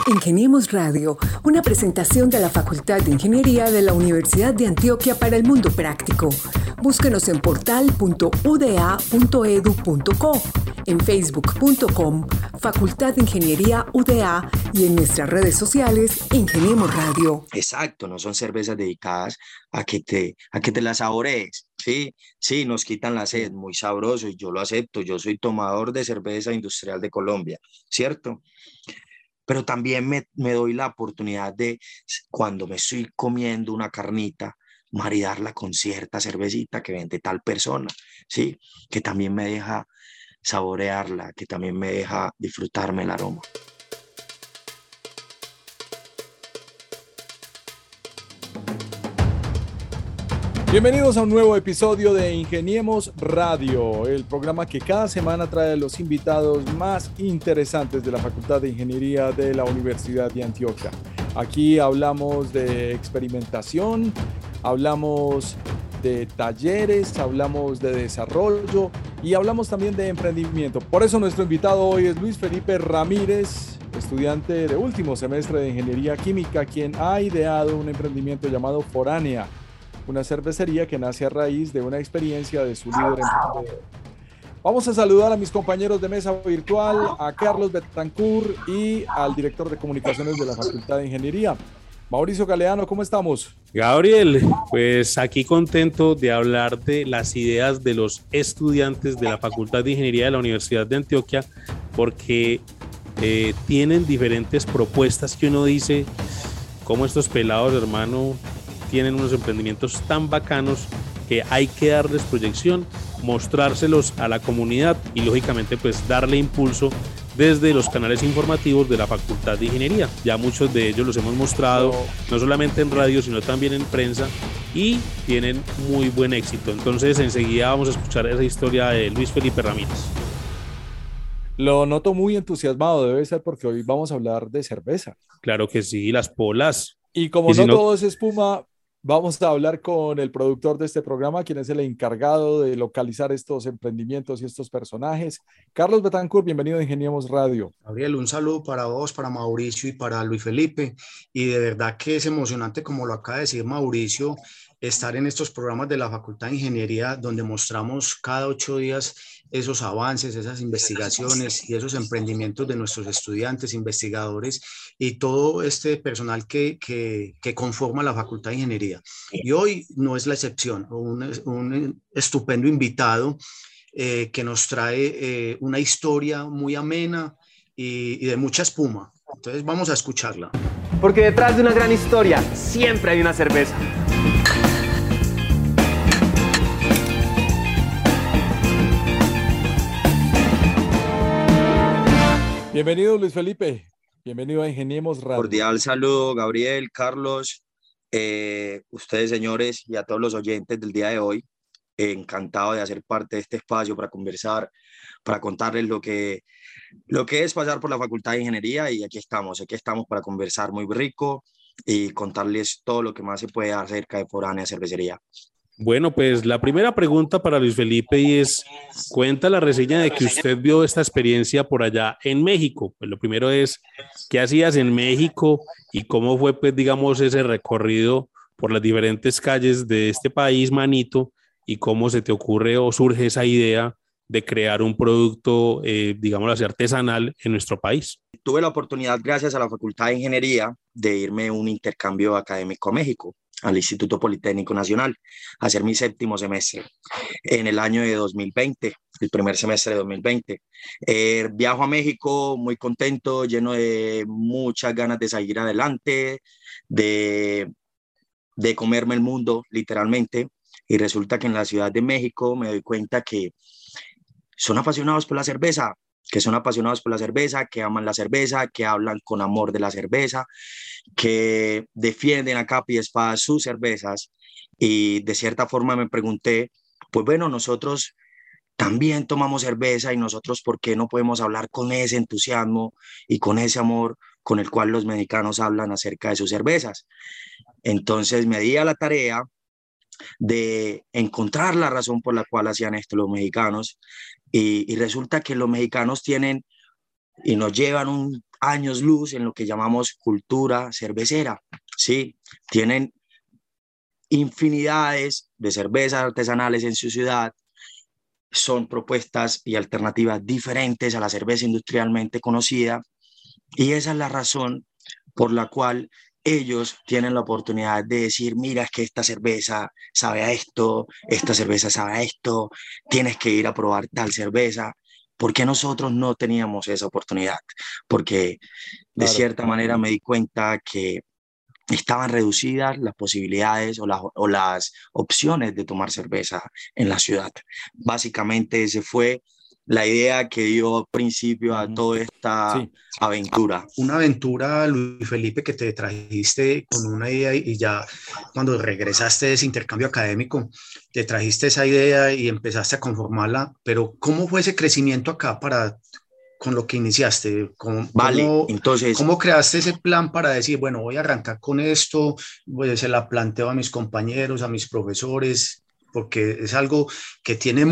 Ingeniemos Radio, una presentación de la Facultad de Ingeniería de la Universidad de Antioquia para el Mundo Práctico. Búsquenos en portal.uda.edu.co, en facebook.com, Facultad de Ingeniería UDA y en nuestras redes sociales, Ingeniemos Radio. Exacto, no son cervezas dedicadas a que te las saborees. Sí, sí, nos quitan la sed, muy sabroso y yo lo acepto. Yo soy tomador de cerveza industrial de Colombia, ¿cierto? Pero también me doy la oportunidad de, cuando me estoy comiendo una carnita, maridarla con cierta cervecita que vende tal persona, ¿sí? Que también me deja saborearla, que también me deja disfrutarme el aroma. Bienvenidos a un nuevo episodio de Ingeniemos Radio, el programa que cada semana trae a los invitados más interesantes de la Facultad de Ingeniería de la Universidad de Antioquia. Aquí hablamos de experimentación, hablamos de talleres, hablamos de desarrollo y hablamos también de emprendimiento. Por eso nuestro invitado hoy es Luis Felipe Ramírez, estudiante de último semestre de Ingeniería Química, quien ha ideado un emprendimiento llamado Foránea, una cervecería que nace a raíz de una experiencia de su líder emprendedor. Vamos a saludar a mis compañeros de mesa virtual, a Carlos Betancourt y al director de comunicaciones de la Facultad de Ingeniería. Mauricio Galeano, ¿cómo estamos? Gabriel, pues aquí contento de hablar de las ideas de los estudiantes de la Facultad de Ingeniería de la Universidad de Antioquia, porque tienen diferentes propuestas que uno dice, cómo estos pelados, hermano, tienen unos emprendimientos tan bacanos que hay que darles proyección, mostrárselos a la comunidad y lógicamente pues darle impulso desde los canales informativos de la Facultad de Ingeniería. Ya muchos de ellos los hemos mostrado, no solamente en radio, sino también en prensa, y tienen muy buen éxito. Entonces enseguida vamos a escuchar esa historia de Luis Felipe Ramírez. Lo noto muy entusiasmado, debe ser porque hoy vamos a hablar de cerveza. Claro que sí, las polas. Y como no todo es espuma, vamos a hablar con el productor de este programa, quien es el encargado de localizar estos emprendimientos y estos personajes. Carlos Betancourt, bienvenido a Ingeniemos Radio. Gabriel, un saludo para vos, para Mauricio y para Luis Felipe. Y de verdad que es emocionante, como lo acaba de decir Mauricio, estar en estos programas de la Facultad de Ingeniería, donde mostramos cada 8 días esos avances, esas investigaciones y esos emprendimientos de nuestros estudiantes, investigadores y todo este personal que conforma la Facultad de Ingeniería. Y hoy no es la excepción, un estupendo invitado que nos trae una historia muy amena y de mucha espuma. Entonces vamos a escucharla. Porque detrás de una gran historia siempre hay una cerveza. Bienvenido, Luis Felipe. Bienvenido a Ingeniemos Radio. Cordial saludo, Gabriel, Carlos, ustedes, señores, y a todos los oyentes del día de hoy. Encantado de hacer parte de este espacio para conversar, para contarles lo que es pasar por la Facultad de Ingeniería, y aquí estamos para conversar muy rico y contarles todo lo que más se puede acerca de Foránea Cervecería. Bueno, pues la primera pregunta para Luis Felipe es, cuenta la reseña de que usted vio esta experiencia por allá en México. Pues lo primero es, ¿qué hacías en México y cómo fue, pues, digamos, ese recorrido por las diferentes calles de este país, manito, y cómo se te ocurre o surge esa idea de crear un producto, digamos así, artesanal en nuestro país? Tuve la oportunidad, gracias a la Facultad de Ingeniería, de irme a un intercambio académico a México, al Instituto Politécnico Nacional, a hacer mi 7º semestre en el año de 2020, el primer semestre de 2020. Viajo a México muy contento, lleno de muchas ganas de seguir adelante, de comerme el mundo, literalmente, y resulta que en la Ciudad de México me doy cuenta que son apasionados por la cerveza, que aman la cerveza, que hablan con amor de la cerveza, que defienden a capa y espada sus cervezas. Y de cierta forma me pregunté, pues bueno, nosotros también tomamos cerveza, y nosotros, ¿por qué no podemos hablar con ese entusiasmo y con ese amor con el cual los mexicanos hablan acerca de sus cervezas? Entonces me di a la tarea de encontrar la razón por la cual hacían esto los mexicanos, y resulta que los mexicanos tienen y nos llevan años luz en lo que llamamos cultura cervecera, ¿sí? Tienen infinidades de cervezas artesanales en su ciudad, son propuestas y alternativas diferentes a la cerveza industrialmente conocida, y esa es la razón por la cual ellos tienen la oportunidad de decir, mira, es que esta cerveza sabe a esto, esta cerveza sabe a esto, tienes que ir a probar tal cerveza. ¿Por qué nosotros no teníamos esa oportunidad? Porque de Claro. cierta manera me di cuenta que estaban reducidas las posibilidades o las opciones de tomar cerveza en la ciudad. Básicamente ese fue la idea que dio principio a toda esta Sí. aventura. Una aventura, Luis Felipe, que te trajiste con una idea y ya cuando regresaste de ese intercambio académico, te trajiste esa idea y empezaste a conformarla, pero ¿cómo fue ese crecimiento acá con lo que iniciaste? Vale, entonces, ¿Cómo creaste ese plan para decir, bueno, voy a arrancar con esto, pues se la planteo a mis compañeros, a mis profesores, porque es algo que tiene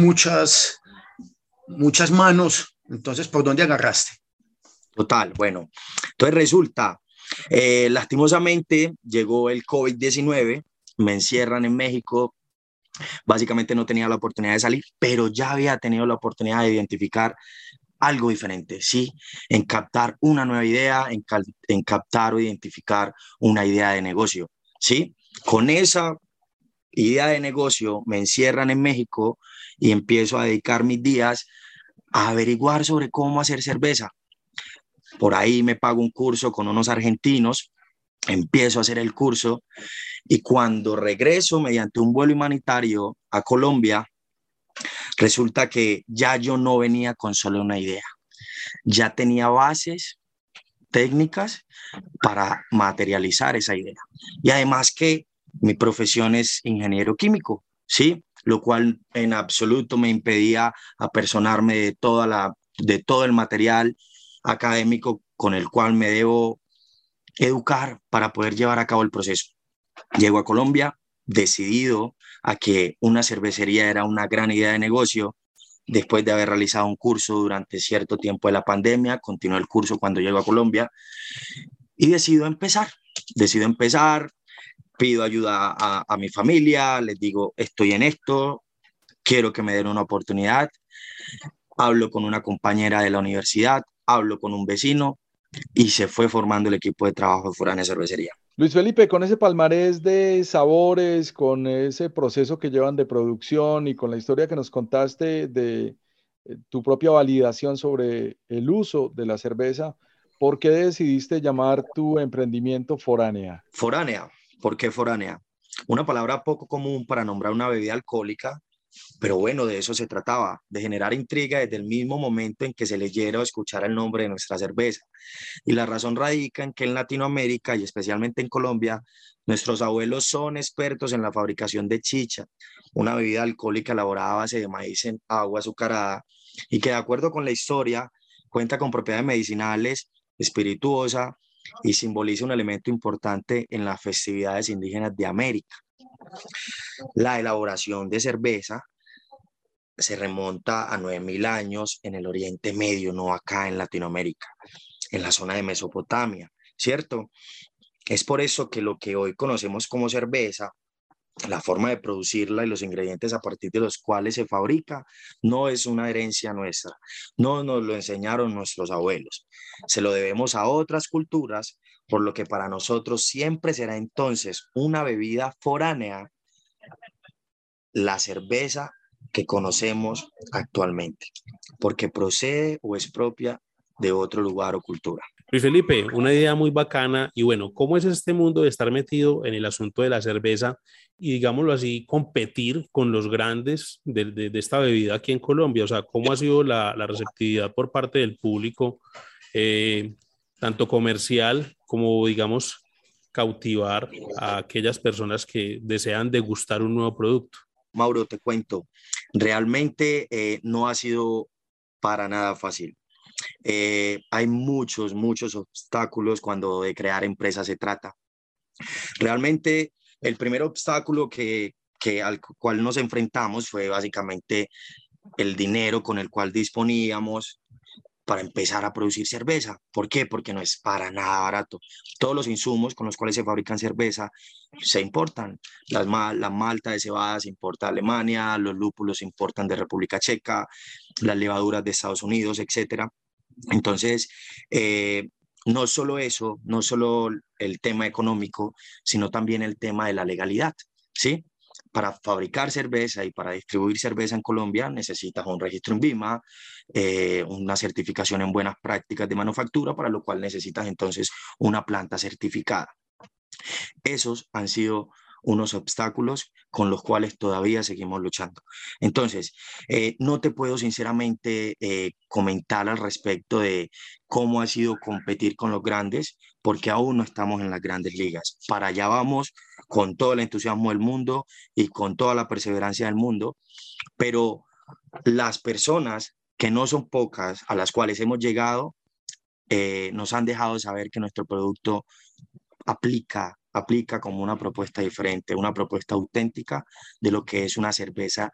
muchas manos, entonces, ¿por dónde agarraste? total, bueno, entonces resulta, lastimosamente llegó el COVID-19, me encierran en México, básicamente no tenía la oportunidad de salir, pero ya había tenido la oportunidad de identificar algo diferente, ¿sí? En captar una nueva idea, en captar o identificar una idea de negocio, ¿sí? Con esa idea de negocio me encierran en México y empiezo a dedicar mis días a averiguar sobre cómo hacer cerveza. Por ahí me pago un curso con unos argentinos, empiezo a hacer el curso y cuando regreso mediante un vuelo humanitario a Colombia, resulta que ya yo no venía con solo una idea, ya tenía bases técnicas para materializar esa idea. Y además que mi profesión es ingeniero químico, ¿sí? Lo cual en absoluto me impedía apersonarme de todo el material académico con el cual me debo educar para poder llevar a cabo el proceso. Llego a Colombia decidido a que una cervecería era una gran idea de negocio. Después de haber realizado un curso durante cierto tiempo de la pandemia, continué el curso cuando llego a Colombia y decido empezar, pido ayuda a mi familia, les digo, estoy en esto, quiero que me den una oportunidad, hablo con una compañera de la universidad, hablo con un vecino y se fue formando el equipo de trabajo de Foránea Cervecería. Luis Felipe, con ese palmarés de sabores, con ese proceso que llevan de producción y con la historia que nos contaste de tu propia validación sobre el uso de la cerveza, ¿por qué decidiste llamar tu emprendimiento Foránea? Foránea, ¿por qué foránea? Una palabra poco común para nombrar una bebida alcohólica, pero bueno, de eso se trataba, de generar intriga desde el mismo momento en que se leyera o escuchara el nombre de nuestra cerveza. Y la razón radica en que en Latinoamérica y especialmente en Colombia, nuestros abuelos son expertos en la fabricación de chicha, una bebida alcohólica elaborada a base de maíz en agua azucarada y que de acuerdo con la historia cuenta con propiedades medicinales, espirituosa y simboliza un elemento importante en las festividades indígenas de América. La elaboración de cerveza se remonta a 9.000 años en el Oriente Medio, no acá en Latinoamérica, en la zona de Mesopotamia, ¿cierto? Es por eso que lo que hoy conocemos como cerveza, la forma de producirla y los ingredientes a partir de los cuales se fabrica, no es una herencia nuestra, no nos lo enseñaron nuestros abuelos, se lo debemos a otras culturas, por lo que para nosotros siempre será entonces una bebida foránea la cerveza que conocemos actualmente, porque procede o es propia de otro lugar o cultura. Luis Felipe, una idea muy bacana y bueno, ¿cómo es este mundo de estar metido en el asunto de la cerveza y digámoslo así, competir con los grandes de esta bebida aquí en Colombia? O sea, ¿cómo ha sido la receptividad por parte del público, tanto comercial como digamos cautivar a aquellas personas que desean degustar un nuevo producto? Mauro, te cuento, realmente no ha sido para nada fácil. Hay muchos obstáculos cuando de crear empresas se trata. Realmente el primer obstáculo al cual nos enfrentamos fue básicamente el dinero con el cual disponíamos para empezar a producir cerveza. ¿Por qué? Porque no es para nada barato. Todos los insumos con los cuales se fabrican cerveza se importan. La malta de cebada se importa de Alemania, los lúpulos se importan de República Checa, las levaduras de Estados Unidos, etcétera. Entonces, no solo eso, no solo el tema económico, sino también el tema de la legalidad, ¿sí? Para fabricar cerveza y para distribuir cerveza en Colombia necesitas un registro en INVIMA, una certificación en buenas prácticas de manufactura, para lo cual necesitas entonces una planta certificada. Esos han sido unos obstáculos con los cuales todavía seguimos luchando. Entonces, no te puedo sinceramente comentar al respecto de cómo ha sido competir con los grandes, porque aún no estamos en las grandes ligas. Para allá vamos con todo el entusiasmo del mundo y con toda la perseverancia del mundo, pero las personas, que no son pocas, a las cuales hemos llegado, nos han dejado saber que nuestro producto aplica como una propuesta diferente, una propuesta auténtica de lo que es una cerveza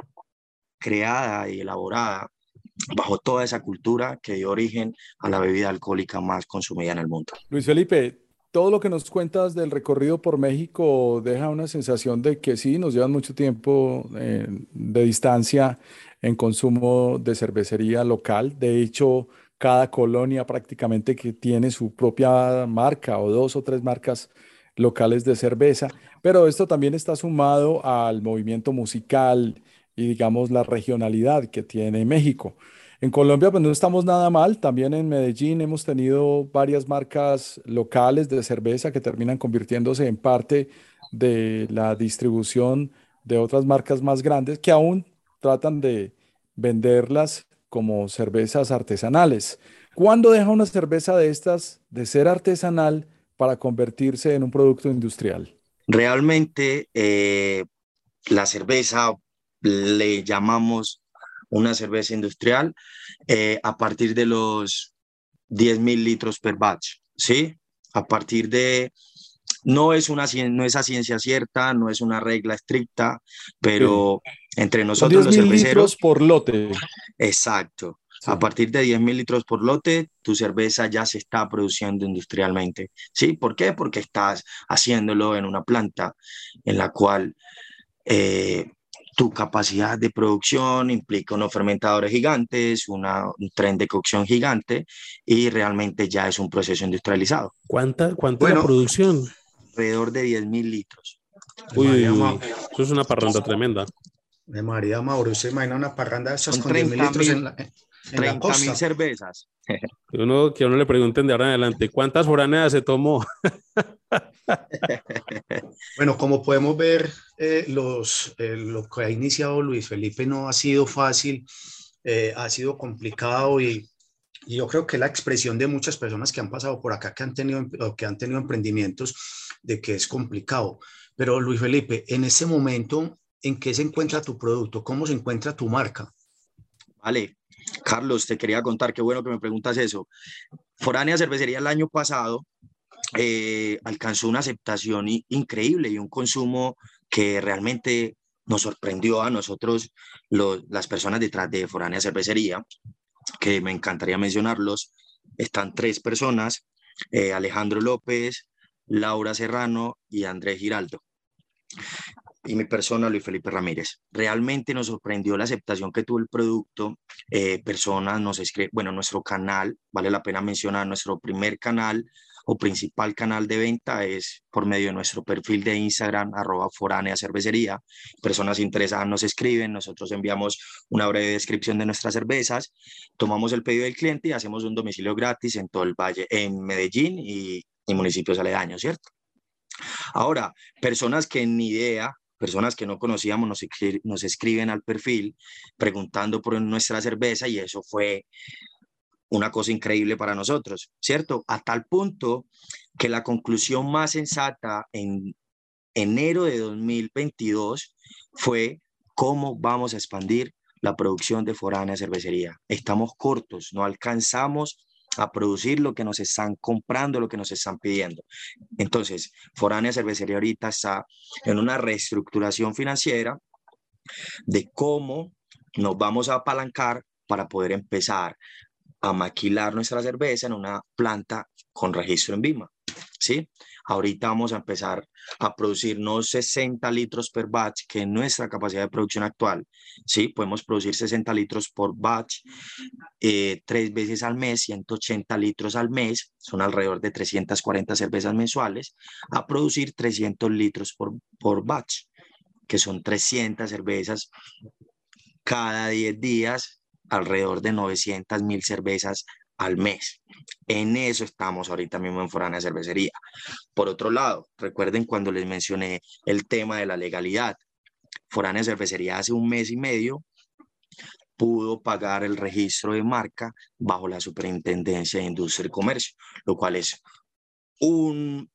creada y elaborada bajo toda esa cultura que dio origen a la bebida alcohólica más consumida en el mundo. Luis Felipe, todo lo que nos cuentas del recorrido por México deja una sensación de que sí, nos llevan mucho tiempo de distancia en consumo de cervecería local. De hecho, cada colonia prácticamente que tiene su propia marca o 2 o 3 marcas locales de cerveza, pero esto también está sumado al movimiento musical y digamos la regionalidad que tiene México. En Colombia pues no estamos nada mal, también en Medellín hemos tenido varias marcas locales de cerveza que terminan convirtiéndose en parte de la distribución de otras marcas más grandes que aún tratan de venderlas como cervezas artesanales. ¿Cuándo deja una cerveza de estas de ser artesanal para convertirse en un producto industrial? Realmente la cerveza le llamamos una cerveza industrial a partir de los 10.000 litros per batch, ¿sí? A partir de, no es a ciencia cierta, no es una regla estricta, pero entre nosotros los 10.000 cerveceros, litros por lote. exacto. Sí. A partir de 10.000 litros por lote, tu cerveza ya se está produciendo industrialmente. ¿Sí? ¿Por qué? Porque estás haciéndolo en una planta en la cual tu capacidad de producción implica unos fermentadores gigantes, un tren de cocción gigante, y realmente ya es un proceso industrializado. ¿Cuánta es la producción? Alrededor de 10.000 litros. Uy, eso es una parranda tremenda. De María Mauro, ¿usted imagina una parranda de esas Son con 10.000 litros en la 30.000 cervezas. Que uno le pregunten de ahora en adelante, ¿cuántas foráneas se tomó? Bueno, como podemos ver, lo que ha iniciado Luis Felipe no ha sido fácil, ha sido complicado y yo creo que la expresión de muchas personas que han pasado por acá, que han tenido emprendimientos, de que es complicado. Pero Luis Felipe, en este momento, ¿en qué se encuentra tu producto? ¿Cómo se encuentra tu marca? Vale, Carlos, te quería contar, qué bueno que me preguntas eso. Foránea Cervecería el año pasado alcanzó una aceptación increíble y un consumo que realmente nos sorprendió a nosotros, las personas detrás de Foránea Cervecería, que me encantaría mencionarlos. Están 3 personas, Alejandro López, Laura Serrano y Andrés Giraldo. Y mi persona, Luis Felipe Ramírez. Realmente nos sorprendió la aceptación que tuvo el producto. Personas nos escriben, bueno, nuestro canal, vale la pena mencionar, nuestro primer canal o principal canal de venta es por medio de nuestro perfil de Instagram, @foraneacervecería. Personas interesadas nos escriben, nosotros enviamos una breve descripción de nuestras cervezas, tomamos el pedido del cliente y hacemos un domicilio gratis en todo el valle, en Medellín y municipios aledaños, ¿cierto? Ahora, personas que ni idea, personas que no conocíamos nos escriben al perfil preguntando por nuestra cerveza y eso fue una cosa increíble para nosotros, ¿cierto? A tal punto que la conclusión más sensata en enero de 2022 fue cómo vamos a expandir la producción de Foránea Cervecería. Estamos cortos, no alcanzamos a producir lo que nos están comprando, lo que nos están pidiendo. Entonces, Foránea Cervecería ahorita está en una reestructuración financiera de cómo nos vamos a apalancar para poder empezar a maquilar nuestra cerveza en una planta con registro en VIMA, ¿sí? Ahorita vamos a empezar a producir no 60 litros per batch, que es nuestra capacidad de producción actual, ¿sí? Podemos producir 60 litros por batch, 3 veces al mes, 180 litros al mes, son alrededor de 340 cervezas mensuales, a producir 300 litros por batch, que son 300 cervezas cada 10 días, alrededor de 900.000 cervezas al mes. En eso estamos ahorita mismo en Foránea Cervecería. Por otro lado, recuerden cuando les mencioné el tema de la legalidad. Foránea Cervecería hace 1 mes y medio pudo pagar el registro de marca bajo la Superintendencia de Industria y Comercio, lo cual es un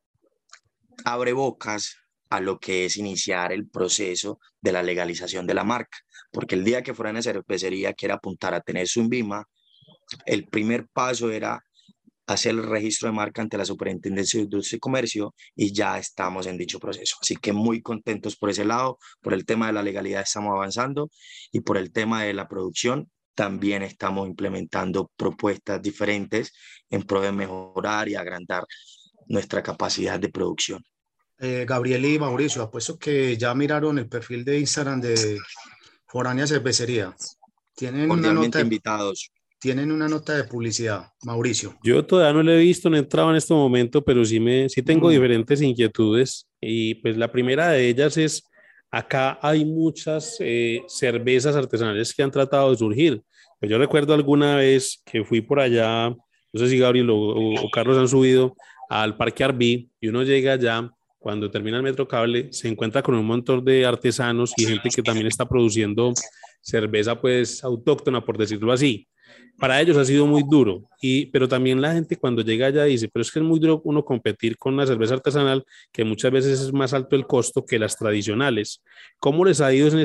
abrebocas a lo que es iniciar el proceso de la legalización de la marca, porque el día que Foránea Cervecería quiera apuntar a tener su INVIMA, el primer paso era hacer el registro de marca ante la Superintendencia de Industria y Comercio, y ya estamos en dicho proceso. Así que muy contentos por ese lado. Por el tema de la legalidad estamos avanzando, y por el tema de la producción también estamos implementando propuestas diferentes en pro de mejorar y agrandar nuestra capacidad de producción. Gabriel y Mauricio, apuesto que ya miraron el perfil de Instagram de Foránea Cervecería. Cordialmente invitados. Tienen una nota de publicidad, Mauricio. Yo todavía no lo he visto, no he entrado en este momento, pero sí tengo diferentes inquietudes. Y pues la primera de ellas es, acá hay muchas cervezas artesanales que han tratado de surgir. Pues yo recuerdo alguna vez que fui por allá, no sé si Gabriel o Carlos han subido al Parque Arví, y uno llega allá, cuando termina el Metro Cable, se encuentra con un montón de artesanos y gente que también está produciendo cerveza pues autóctona, por decirlo así. Para ellos ha sido muy duro, pero también la gente cuando llega allá dice, pero es que es muy duro uno competir con una cerveza artesanal, que muchas veces es más alto el costo que las tradicionales. ¿Cómo les ha ido en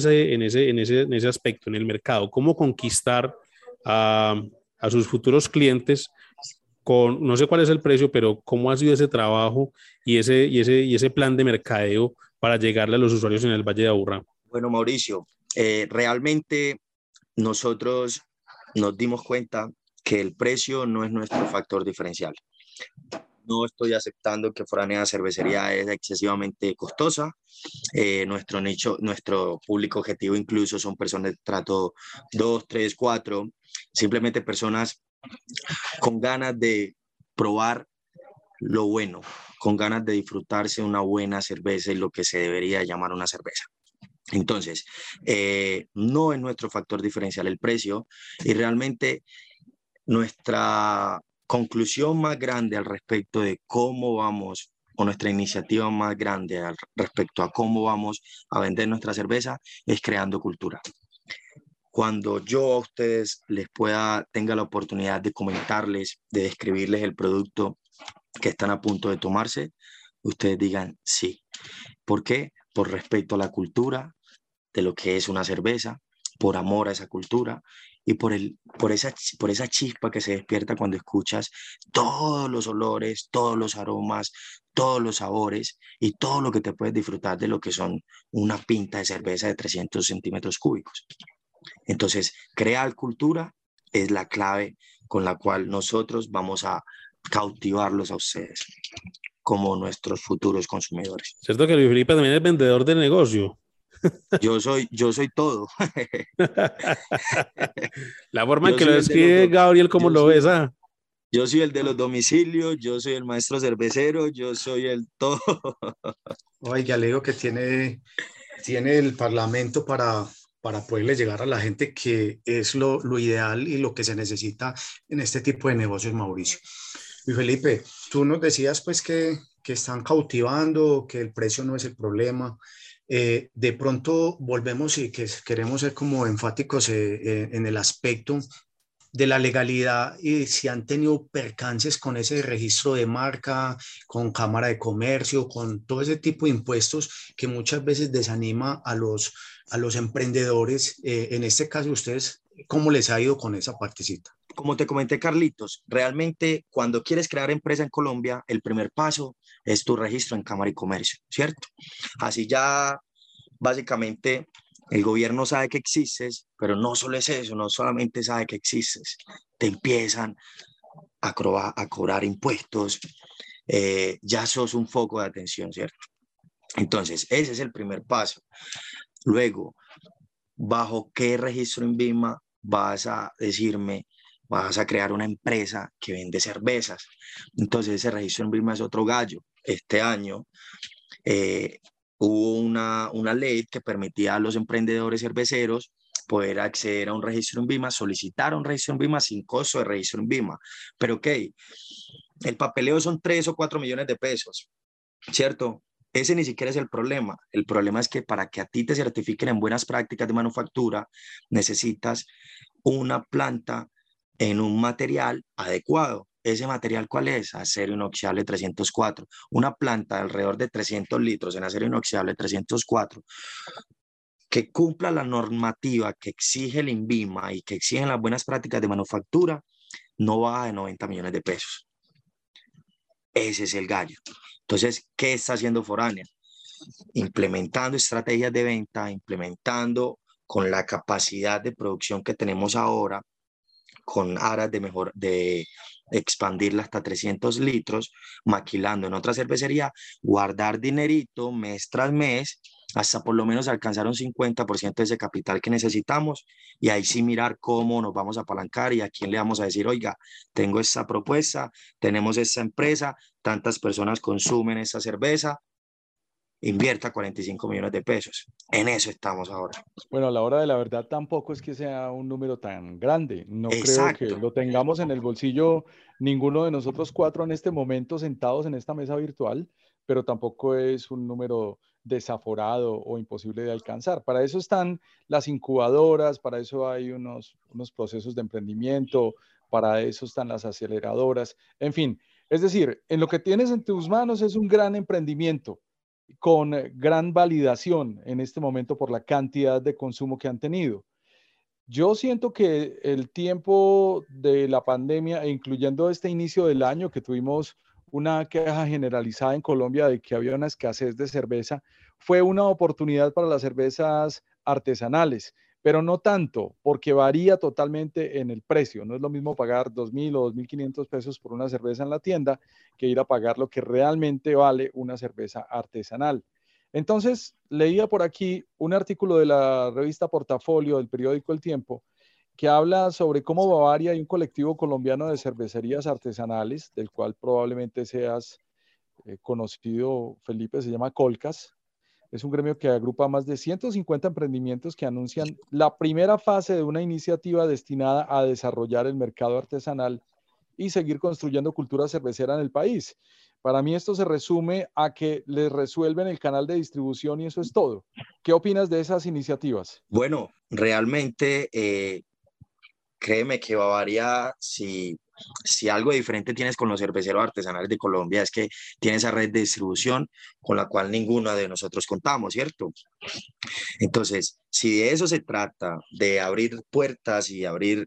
ese aspecto, en el mercado? ¿Cómo conquistar a sus futuros clientes con, no sé cuál es el precio, pero cómo ha sido ese trabajo y ese plan de mercadeo para llegarle a los usuarios en el Valle de Aburrá? Bueno, Mauricio, realmente nosotros nos dimos cuenta que el precio no es nuestro factor diferencial. No estoy aceptando que Foránea Cervecería es excesivamente costosa. Nuestro nicho, nuestro público objetivo incluso son personas de trato 2, 3, 4, simplemente personas con ganas de probar lo bueno, con ganas de disfrutarse una buena cerveza y lo que se debería llamar una cerveza. Entonces, no es nuestro factor diferencial el precio, y realmente nuestra conclusión más grande al respecto de cómo vamos, o nuestra iniciativa más grande al respecto a cómo vamos a vender nuestra cerveza, es creando cultura. Cuando yo a ustedes tenga la oportunidad de comentarles, de describirles el producto que están a punto de tomarse, ustedes digan sí. ¿Por qué? Por respeto a la cultura de lo que es una cerveza, por amor a esa cultura, y por esa chispa que se despierta cuando escuchas todos los olores, todos los aromas, todos los sabores y todo lo que te puedes disfrutar de lo que son una pinta de cerveza de 300 centímetros cúbicos. Entonces, crear cultura es la clave con la cual nosotros vamos a cautivarlos a ustedes como nuestros futuros consumidores. ¿Cierto que Luis Felipe también es vendedor de negocio? Yo soy todo. La forma en que lo describe Gabriel, ¿cómo lo ves? Yo soy el de los domicilios, yo soy el maestro cervecero, yo soy el todo. Oiga, le digo que tiene el Parlamento para poderle llegar a la gente, que es lo ideal y lo que se necesita en este tipo de negocios, Mauricio. Luis Felipe, tú nos decías pues que están cautivando, que el precio no es el problema. De pronto volvemos y que queremos ser como enfáticos en el aspecto de la legalidad, y si han tenido percances con ese registro de marca, con Cámara de Comercio, con todo ese tipo de impuestos que muchas veces desanima a los emprendedores. En este caso, ustedes, ¿cómo les ha ido con esa partecita? Como te comenté, Carlitos, realmente cuando quieres crear empresa en Colombia, el primer paso es tu registro en Cámara y Comercio, ¿cierto? Así ya básicamente El gobierno sabe que existes, pero no solo es eso, no solamente sabe que existes, te empiezan a cobrar impuestos, ya sos un foco de atención, ¿cierto? Entonces, ese es el primer paso. Luego, ¿bajo qué registro INVIMA vas a decirme, vas a crear una empresa que vende cervezas? Entonces, ese registro INVIMA es otro gallo. Este año hubo una ley que permitía a los emprendedores cerveceros poder acceder a un registro INVIMA, solicitar un registro INVIMA sin costo de registro INVIMA. Pero ok, el papeleo son 3 o 4 millones de pesos, ¿cierto? Ese ni siquiera es el problema. El problema es que para que a ti te certifiquen en buenas prácticas de manufactura, necesitas una planta en un material adecuado. ¿Ese material cuál es? Acero inoxidable 304. Una planta de alrededor de 300 litros en acero inoxidable 304 que cumpla la normativa que exige el INVIMA y que exigen las buenas prácticas de manufactura, no baja de 90 millones de pesos. Ese es el gallo. Entonces, ¿qué está haciendo Foránea? Implementando estrategias de venta, implementando con la capacidad de producción que tenemos ahora, con aras de expandirla hasta 300 litros, maquilando en otra cervecería, guardar dinerito mes tras mes, hasta por lo menos alcanzar un 50% de ese capital que necesitamos, y ahí sí mirar cómo nos vamos a apalancar y a quién le vamos a decir, oiga, tengo esta propuesta, tenemos esta empresa, tantas personas consumen esta cerveza, invierta 45 millones de pesos. En eso estamos ahora. Bueno, a la hora de la verdad tampoco es que sea un número tan grande. No creo que Exacto. lo tengamos en el bolsillo ninguno de nosotros cuatro en este momento sentados en esta mesa virtual, pero tampoco es un número desaforado o imposible de alcanzar. Para eso están las incubadoras, para eso hay unos procesos de emprendimiento, para eso están las aceleradoras, en fin. Es decir, en lo que tienes en tus manos es un gran emprendimiento con gran validación en este momento por la cantidad de consumo que han tenido. Yo siento que el tiempo de la pandemia, e incluyendo este inicio del año que tuvimos una queja generalizada en Colombia de que había una escasez de cerveza, fue una oportunidad para las cervezas artesanales, pero no tanto, porque varía totalmente en el precio. No es lo mismo pagar 2.000 o 2.500 pesos por una cerveza en la tienda que ir a pagar lo que realmente vale una cerveza artesanal. Entonces, leía por aquí un artículo de la revista Portafolio del periódico El Tiempo que habla sobre cómo Bavaria y un colectivo colombiano de cervecerías artesanales, del cual probablemente seas conocido, Felipe, se llama Colcas. Es un gremio que agrupa más de 150 emprendimientos que anuncian la primera fase de una iniciativa destinada a desarrollar el mercado artesanal y seguir construyendo cultura cervecera en el país. Para mí esto se resume a que les resuelven el canal de distribución y eso es todo. ¿Qué opinas de esas iniciativas? Bueno, realmente créeme que Bavaria, si algo diferente tienes con los cerveceros artesanales de Colombia, es que tiene esa red de distribución con la cual ninguno de nosotros contamos, ¿cierto? Entonces, si de eso se trata, de abrir puertas y abrir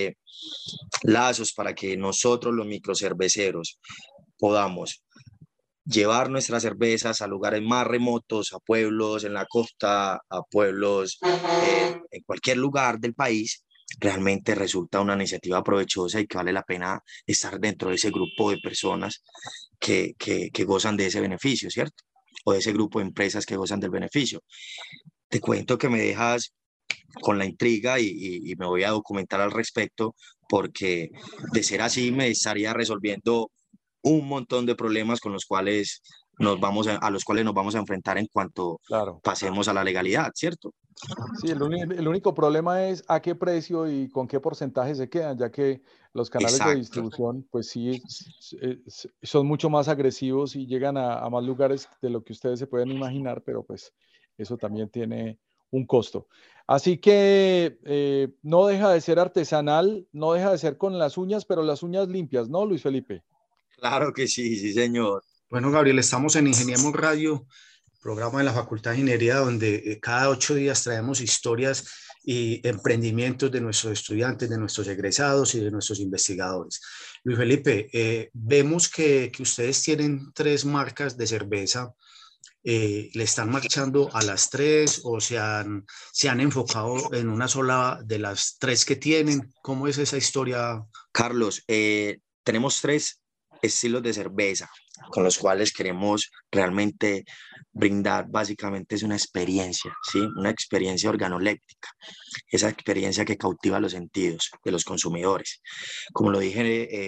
lazos para que nosotros los microcerveceros podamos llevar nuestras cervezas a lugares más remotos, a pueblos en la costa, a pueblos en cualquier lugar del país, realmente resulta una iniciativa provechosa y que vale la pena estar dentro de ese grupo de personas que gozan de ese beneficio, ¿cierto? O de ese grupo de empresas que gozan del beneficio. Te cuento que me dejas con la intriga y me voy a documentar al respecto, porque de ser así me estaría resolviendo un montón de problemas con los cuales a los cuales nos vamos a enfrentar en cuanto pasemos a la legalidad, ¿cierto? Sí, el único problema es a qué precio y con qué porcentaje se quedan, ya que los canales de distribución, pues sí, son mucho más agresivos y llegan a más lugares de lo que ustedes se pueden imaginar, pero pues eso también tiene un costo. Así que no deja de ser artesanal, no deja de ser con las uñas, pero las uñas limpias, ¿no, Luis Felipe? Claro que sí, sí, señor. Bueno, Gabriel, estamos en Ingeniemos Radio, programa de la Facultad de Ingeniería, donde cada 8 días traemos historias y emprendimientos de nuestros estudiantes, de nuestros egresados y de nuestros investigadores. Luis Felipe, vemos que ustedes tienen 3 marcas de cerveza ¿le están marchando a las tres o se han enfocado en una sola de las tres que tienen? ¿Cómo es esa historia? Carlos, tenemos 3 estilos de cerveza con los cuales queremos realmente brindar. Básicamente es una experiencia, ¿sí? Una experiencia organoléptica, esa experiencia que cautiva los sentidos de los consumidores. Como lo dije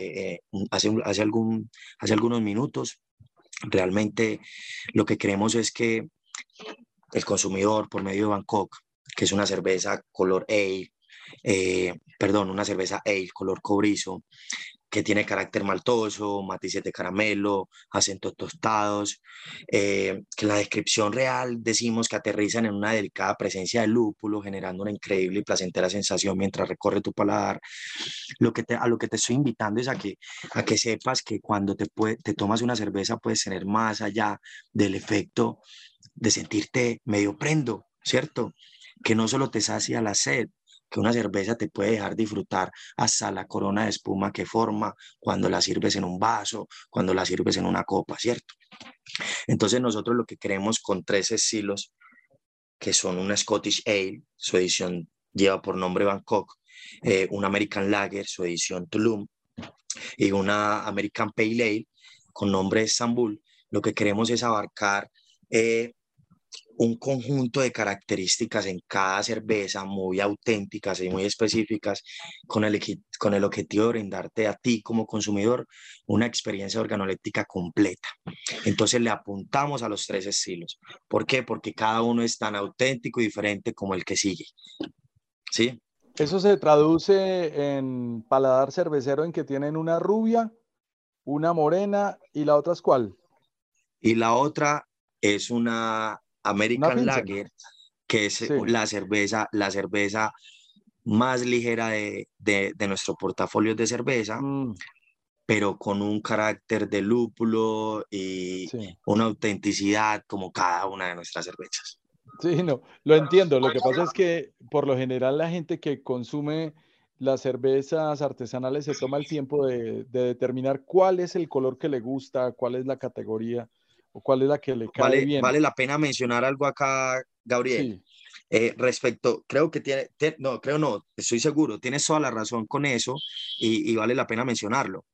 hace algunos minutos, realmente lo que queremos es que el consumidor, por medio de Bangkok, que es una cerveza color ale, una cerveza ale color cobrizo, que tiene carácter maltoso, matices de caramelo, acentos tostados, que la descripción real decimos que aterrizan en una delicada presencia de lúpulo, generando una increíble y placentera sensación mientras recorre tu paladar. A lo que te estoy invitando es a que sepas que cuando te tomas una cerveza puedes tener más allá del efecto de sentirte medio prendo, ¿cierto? Que no solo te sacia la sed, que una cerveza te puede dejar disfrutar hasta la corona de espuma que forma cuando la sirves en un vaso, cuando la sirves en una copa, ¿cierto? Entonces nosotros lo que queremos con 3 estilos, que son una Scottish Ale, su edición lleva por nombre Bangkok, una American Lager, su edición Tulum, y una American Pale Ale con nombre Estambul, lo que queremos es abarcar un conjunto de características en cada cerveza muy auténticas y muy específicas con el objetivo de brindarte a ti como consumidor una experiencia organoléptica completa. Entonces le apuntamos a los 3 estilos. ¿Por qué? Porque cada uno es tan auténtico y diferente como el que sigue. ¿Sí? Eso se traduce en paladar cervecero en que tienen una rubia, una morena y la otra es ¿cuál? Y la otra es una Una American Pilsen. Lager, que es Sí. la cerveza más ligera de nuestro portafolio de cerveza, pero con un carácter de lúpulo y Sí. una autenticidad como cada una de nuestras cervezas. Sí, no, lo entiendo. Lo que pasa es que por lo general la gente que consume las cervezas artesanales se toma el tiempo de determinar cuál es el color que le gusta, cuál es la categoría o cuál es la que le cae bien. Vale la pena mencionar algo acá, Gabriel. Sí, Creo que no, estoy seguro, tienes toda la razón con eso y vale la pena mencionarlo.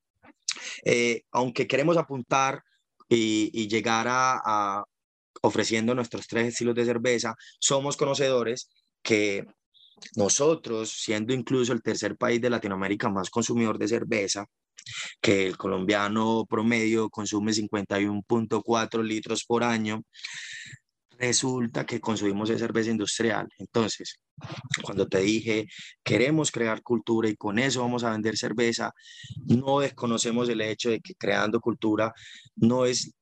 Aunque queremos apuntar y llegar a ofreciendo nuestros 3 estilos de cerveza, somos conocedores que nosotros, siendo incluso el tercer país de Latinoamérica más consumidor de cerveza, que el colombiano promedio consume 51.4 litros por año, resulta que consumimos cerveza industrial. Entonces, cuando te dije, queremos crear cultura y con eso vamos a vender cerveza, no desconocemos el hecho de que creando cultura no es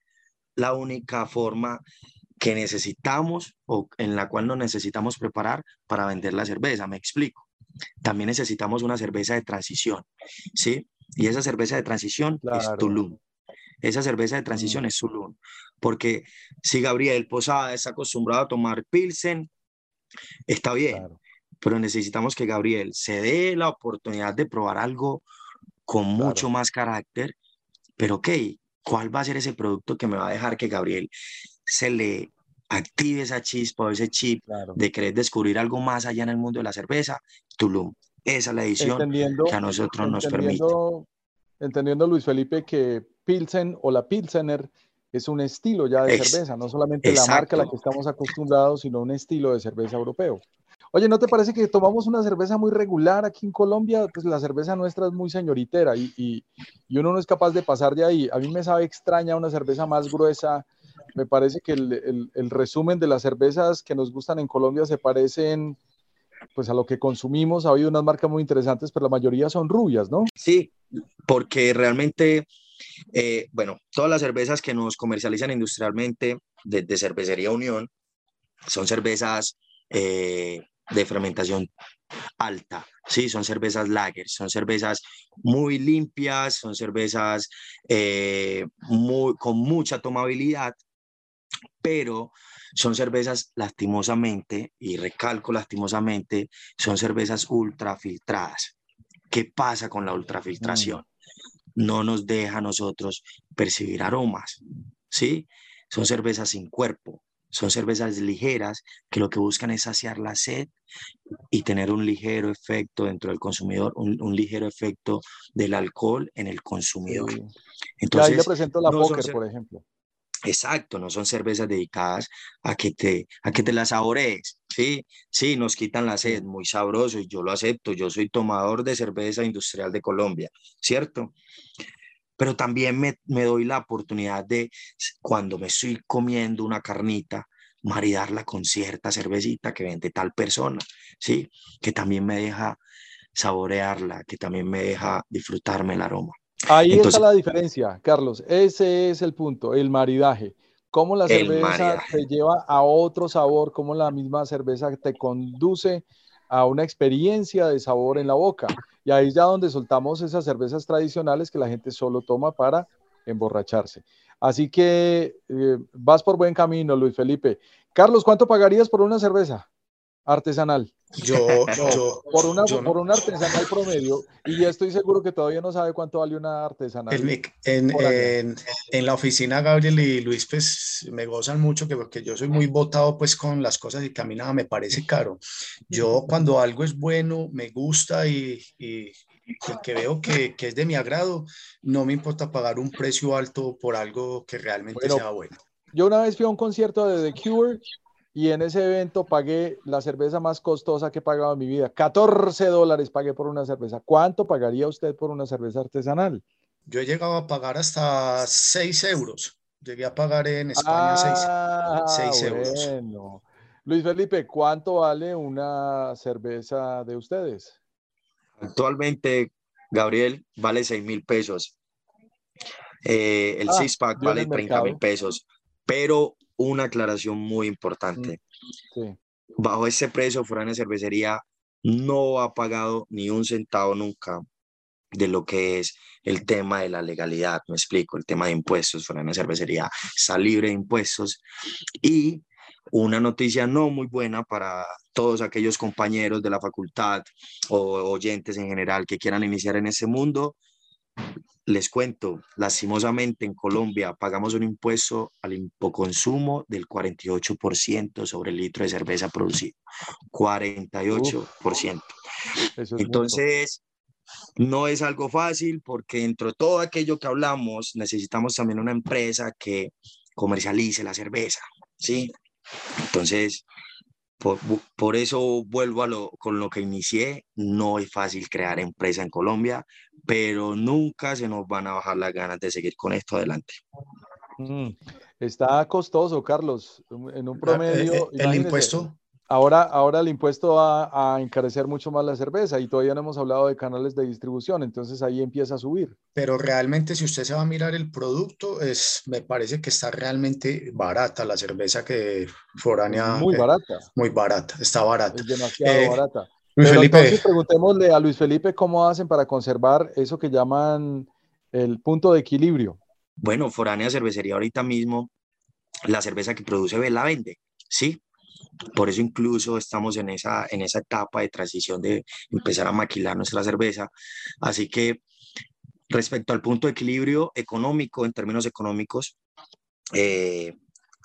la única forma que necesitamos o en la cual nos necesitamos preparar para vender la cerveza. Me explico. También necesitamos una cerveza de transición, ¿sí? Y esa cerveza de transición es claro. Tulum. Esa cerveza de transición es Tulum. Porque si Gabriel Posada está acostumbrado a tomar Pilsen, está bien. Claro. Pero necesitamos que Gabriel se dé la oportunidad de probar algo con mucho más carácter. Pero, ok, ¿cuál va a ser ese producto que me va a dejar que Gabriel se le active esa chispa o ese chip de querer descubrir algo más allá en el mundo de la cerveza? Tulum. Esa es la edición que a nosotros nos permite. Entendiendo, Luis Felipe, que Pilsen o la Pilsener es un estilo ya de cerveza, no solamente la marca a la que estamos acostumbrados, sino un estilo de cerveza europeo. Oye, ¿no te parece que tomamos una cerveza muy regular aquí en Colombia? Pues la cerveza nuestra es muy señoritera y uno no es capaz de pasar de ahí. A mí me sabe extraña una cerveza más gruesa. Me parece que el resumen de las cervezas que nos gustan en Colombia se parecen pues a lo que consumimos. Ha habido unas marcas muy interesantes, pero la mayoría son rubias, ¿no? Sí, porque realmente, todas las cervezas que nos comercializan industrialmente de Cervecería Unión son cervezas de fermentación alta, sí, son cervezas lager, son cervezas muy limpias, son cervezas con mucha tomabilidad, pero son cervezas lastimosamente, y recalco lastimosamente, son cervezas ultrafiltradas. ¿Qué pasa con la ultrafiltración? No nos deja a nosotros percibir aromas, ¿sí? son cervezas sin cuerpo, son cervezas ligeras que lo que buscan es saciar la sed y tener un ligero efecto dentro del consumidor, un ligero efecto del alcohol en el consumidor. Sí. Y ahí le Entonces, presento la no son Póker, por ejemplo. exacto, no son cervezas dedicadas a que te las saborees, ¿sí? Sí, nos quitan la sed, Sí. muy sabroso, y yo lo acepto, yo soy tomador de cerveza industrial de Colombia, ¿cierto? Pero también me doy la oportunidad de, cuando me estoy comiendo una carnita, maridarla con cierta cervecita que vende tal persona, ¿sí? Que también me deja saborearla, que también me deja disfrutarme el aroma. Ahí está Entonces, la diferencia, Carlos. Ese es el punto, el maridaje. Cómo la el cerveza maridaje. te lleva a otro sabor, cómo la misma cerveza te conduce a una experiencia de sabor en la boca. Y ahí es ya donde soltamos esas cervezas tradicionales que la gente solo toma para emborracharse. Así que vas por buen camino, Luis Felipe. Carlos, ¿cuánto pagarías por una cerveza artesanal? Yo, No, yo, por yo no. una artesanal promedio, y ya estoy seguro que todavía no sabe cuánto vale una En, artesanal mi- en, foránea. en, en la oficina, Gabriel y Luis, pues me gozan mucho porque yo soy muy botado pues con las cosas y que a mí nada me parece caro. Yo cuando algo es bueno, me gusta y que veo que es de mi agrado, no me importa pagar un precio alto por algo que realmente Bueno, sea bueno. yo una vez fui a un concierto de The Cure y en ese evento pagué la cerveza más costosa que he pagado en mi vida. $14 pagué por una cerveza. ¿Cuánto pagaría usted por una cerveza artesanal? Yo he llegado a pagar hasta 6 euros. Llegué a pagar en España Ah, 6 euros. bueno. Luis Felipe, ¿cuánto vale una cerveza de ustedes? Actualmente, Gabriel, vale 6.000 pesos. El Ah, six-pack dio en el vale 30.000 mercado. pesos. Pero una aclaración muy Mm, importante. sí. Bajo este precio, Foránea Cervecería no ha pagado ni un centavo nunca de lo que es el tema de la legalidad. Me explico, el tema de impuestos. Foránea Cervecería está libre de impuestos. Y una noticia no muy buena para todos aquellos compañeros de la facultad o oyentes en general que quieran iniciar en este mundo. Les cuento, lastimosamente en Colombia pagamos un impuesto al hipoconsumo del 48% sobre el litro de cerveza producido. Uf, 48%. eso es mucho. Entonces, no es algo fácil porque dentro de todo aquello que hablamos, necesitamos también una empresa que comercialice la cerveza, ¿sí? Entonces, por eso vuelvo con lo que inicié. No es fácil crear empresa en Colombia, pero nunca se nos van a bajar las ganas de seguir con esto adelante. Mm, Está costoso, Carlos. En un promedio, El imagínese, impuesto. ahora el impuesto va a encarecer mucho más la cerveza y todavía no hemos hablado de canales de distribución, entonces ahí empieza a subir. Pero realmente si usted se va a mirar el producto, me parece que está realmente barata la cerveza que Es foránea, muy barata, muy barata, está barata. es demasiado Eh, barata. Luis Pero Felipe, entonces preguntémosle a Luis Felipe cómo hacen para conservar eso que llaman el punto de equilibrio. Bueno, Foránea Cervecería ahorita mismo, la cerveza que produce la vende, ¿sí? Por eso incluso estamos en esa etapa de transición de empezar a maquilar nuestra cerveza. Así que respecto al punto de equilibrio económico, en términos económicos, eh,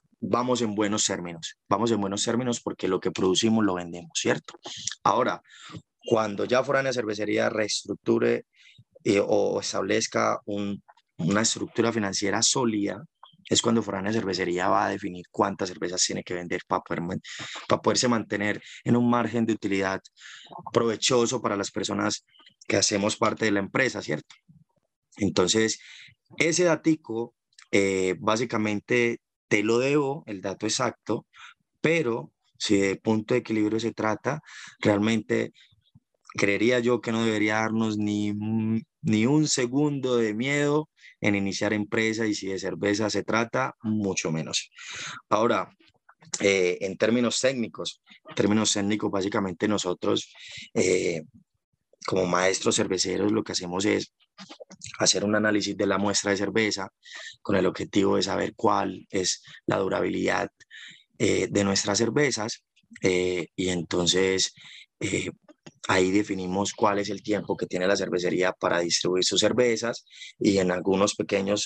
vamos en buenos términos porque lo que producimos lo vendemos, ¿cierto? Ahora, cuando ya Foránea Cervecería reestructure o establezca una estructura financiera sólida, es cuando Foránea Cervecería va a definir cuántas cervezas tiene que vender para poderse mantener en un margen de utilidad provechoso para las personas que hacemos parte de la empresa, ¿cierto? Entonces, ese datico, básicamente te lo debo, el dato exacto, pero si de punto de equilibrio se trata, realmente creería yo que no debería darnos ni un segundo de miedo en iniciar empresa, y si de cerveza se trata, mucho menos. Ahora, en términos técnicos, básicamente nosotros, eh, como maestros cerveceros, lo que hacemos es hacer un análisis de la muestra de cerveza con el objetivo de saber cuál es la durabilidad de nuestras cervezas, y entonces eh, ahí definimos cuál es el tiempo que tiene la cervecería para distribuir sus cervezas, y en algunos pequeños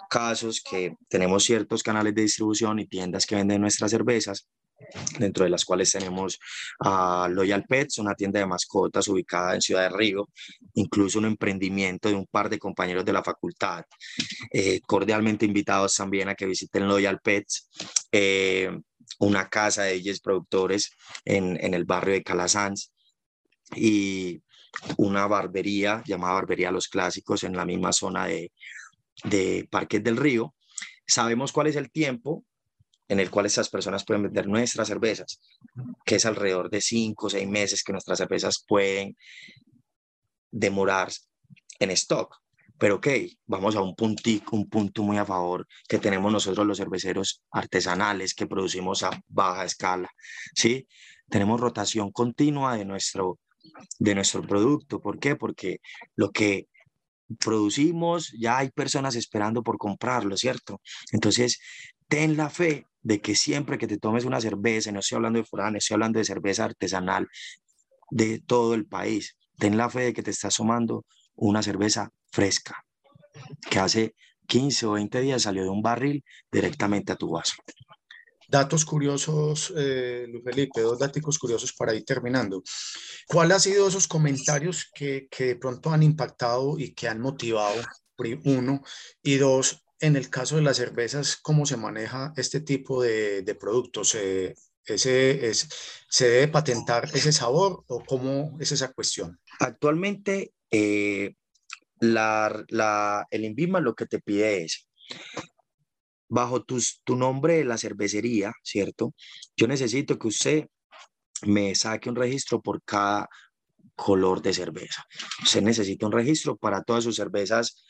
casos que tenemos ciertos canales de distribución y tiendas que venden nuestras cervezas, dentro de las cuales tenemos a Loyal Pets, una tienda de mascotas ubicada en Ciudad de Río, incluso un emprendimiento de un par de compañeros de la facultad, cordialmente invitados también a que visiten Loyal Pets, una casa de DJs productores en el barrio de Calasanz, y una barbería llamada Barbería Los Clásicos en la misma zona de Parques del Río. Sabemos cuál es el tiempo en el cual estas personas pueden vender nuestras cervezas, que es alrededor de 5 o 6 meses que nuestras cervezas pueden demorar en stock. Pero ok, vamos a un punto muy a favor que tenemos nosotros los cerveceros artesanales que producimos a baja escala, ¿sí? Tenemos rotación continua de nuestro producto. ¿Por qué? Porque lo que producimos ya hay personas esperando por comprarlo, ¿cierto? Entonces, ten la fe de que siempre que te tomes una cerveza, no estoy hablando de foráneo, estoy hablando de cerveza artesanal de todo el país, ten la fe de que te estás tomando una cerveza fresca, que hace 15 o 20 días salió de un barril directamente a tu vaso. Datos curiosos, Luis Felipe, 2 datos curiosos para ir terminando. ¿Cuál ha sido esos comentarios que de pronto han impactado y que han motivado, 1, y 2, en el caso de las cervezas, cómo se maneja este tipo de productos? ¿Se debe patentar ese sabor o cómo es esa cuestión? Actualmente, el INVIMA lo que te pide es, bajo tu nombre de la cervecería, ¿cierto? Yo necesito que usted me saque un registro por cada color de cerveza. Usted necesita un registro para todas sus cervezas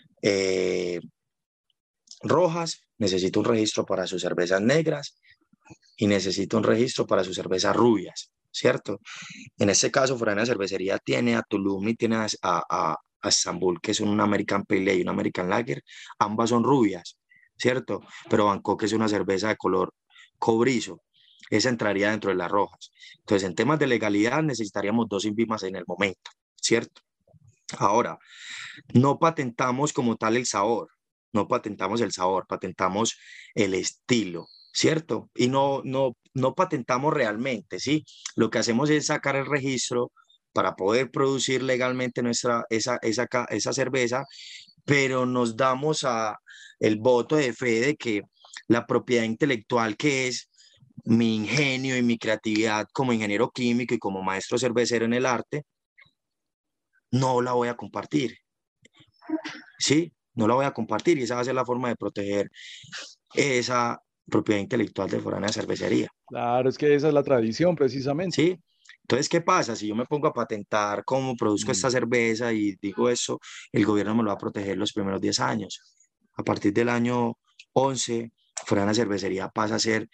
rojas, necesita un registro para sus cervezas negras y necesita un registro para sus cervezas rubias, ¿cierto? En este caso, Foránea Cervecería tiene a Tulum y tiene a Estambul, que es un American Pale Ale y un American Lager. Ambas son rubias, ¿cierto? Pero Bangkok es una cerveza de color cobrizo. Esa entraría dentro de las rojas. Entonces, en temas de legalidad, necesitaríamos 2 INVIMAs en el momento, ¿cierto? Ahora, no patentamos como tal el sabor, no patentamos el sabor, patentamos el estilo, ¿cierto? Y no patentamos realmente, ¿sí? Lo que hacemos es sacar el registro para poder producir legalmente esa cerveza, pero nos damos el voto de fe de que la propiedad intelectual, que es mi ingenio y mi creatividad como ingeniero químico y como maestro cervecero en el arte, no la voy a compartir, ¿sí? No la voy a compartir, y esa va a ser la forma de proteger esa propiedad intelectual de Foránea Cervecería. Claro, es que esa es la tradición precisamente. Sí, entonces, ¿qué pasa? Si yo me pongo a patentar cómo produzco esta cerveza y digo eso, el gobierno me lo va a proteger los primeros 10 años. A partir del año 11, Foránea Cervecería pasa a ser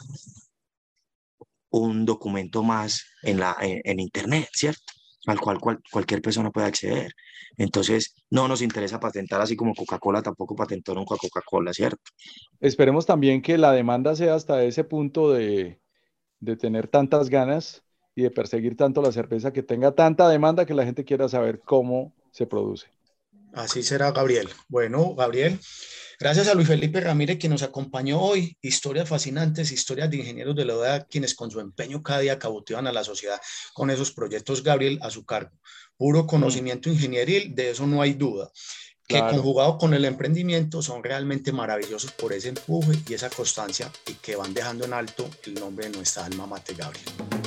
un documento más en Internet, ¿cierto? Al cual cualquier persona puede acceder. Entonces, no nos interesa patentar, así como Coca-Cola tampoco patentó nunca Coca-Cola, ¿cierto? Esperemos también que la demanda sea hasta ese punto de tener tantas ganas y de perseguir tanto la cerveza, que tenga tanta demanda que la gente quiera saber cómo se produce. Así será, Gabriel. Bueno, Gabriel, gracias a Luis Felipe Ramírez, quien nos acompañó hoy. Historias fascinantes, historias de ingenieros de la UDA, quienes con su empeño cada día cautivan a la sociedad con esos proyectos, Gabriel, a su cargo. Puro conocimiento ingenieril, de eso no hay duda. Que claro, conjugado con el emprendimiento son realmente maravillosos por ese empuje y esa constancia, y que van dejando en alto el nombre de nuestra alma mater, Gabriel.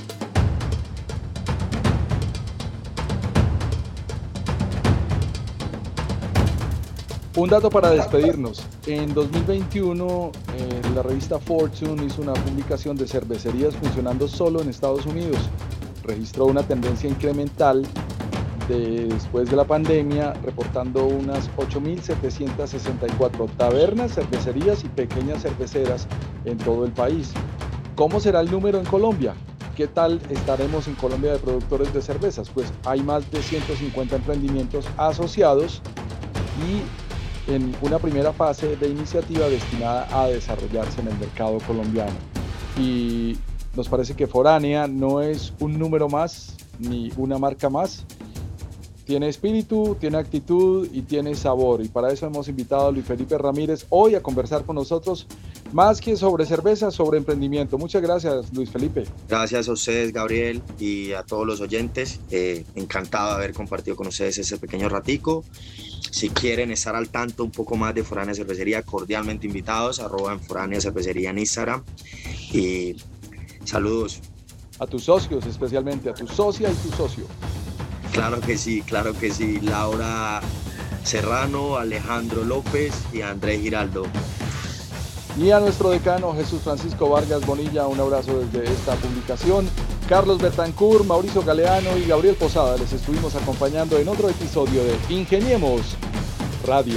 Un dato para despedirnos. En 2021, la revista Fortune hizo una publicación de cervecerías funcionando solo en Estados Unidos. Registró una tendencia incremental después de la pandemia, reportando unas 8.764 tabernas, cervecerías y pequeñas cerveceras en todo el país. ¿Cómo será el número en Colombia? ¿Qué tal estaremos en Colombia de productores de cervezas? Pues hay más de 150 emprendimientos asociados y en una primera fase de iniciativa destinada a desarrollarse en el mercado colombiano. Y nos parece que Foránea no es un número más ni una marca más, tiene espíritu, tiene actitud y tiene sabor. Y para eso hemos invitado a Luis Felipe Ramírez hoy a conversar con nosotros, más que sobre cerveza, sobre emprendimiento. Muchas gracias, Luis Felipe. Gracias a ustedes, Gabriel, y a todos los oyentes. Encantado de haber compartido con ustedes ese pequeño ratico. Si quieren estar al tanto un poco más de Foránea Cervecería, cordialmente invitados, @Foránea Cervecería en Instagram. Y saludos. A tus socios, especialmente a tu socia y tu socio. Claro que sí, Laura Serrano, Alejandro López y Andrés Giraldo. Y a nuestro decano Jesús Francisco Vargas Bonilla, un abrazo desde esta publicación. Carlos Bertancourt, Mauricio Galeano y Gabriel Posada les estuvimos acompañando en otro episodio de Ingeniemos Radio.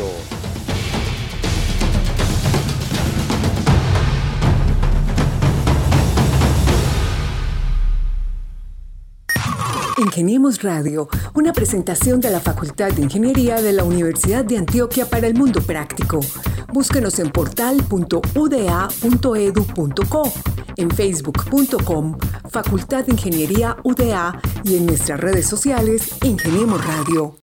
Ingeniemos Radio, una presentación de la Facultad de Ingeniería de la Universidad de Antioquia para el mundo práctico. Búsquenos en portal.uda.edu.co, en facebook.com, Facultad de Ingeniería UDA y en nuestras redes sociales Ingeniemos Radio.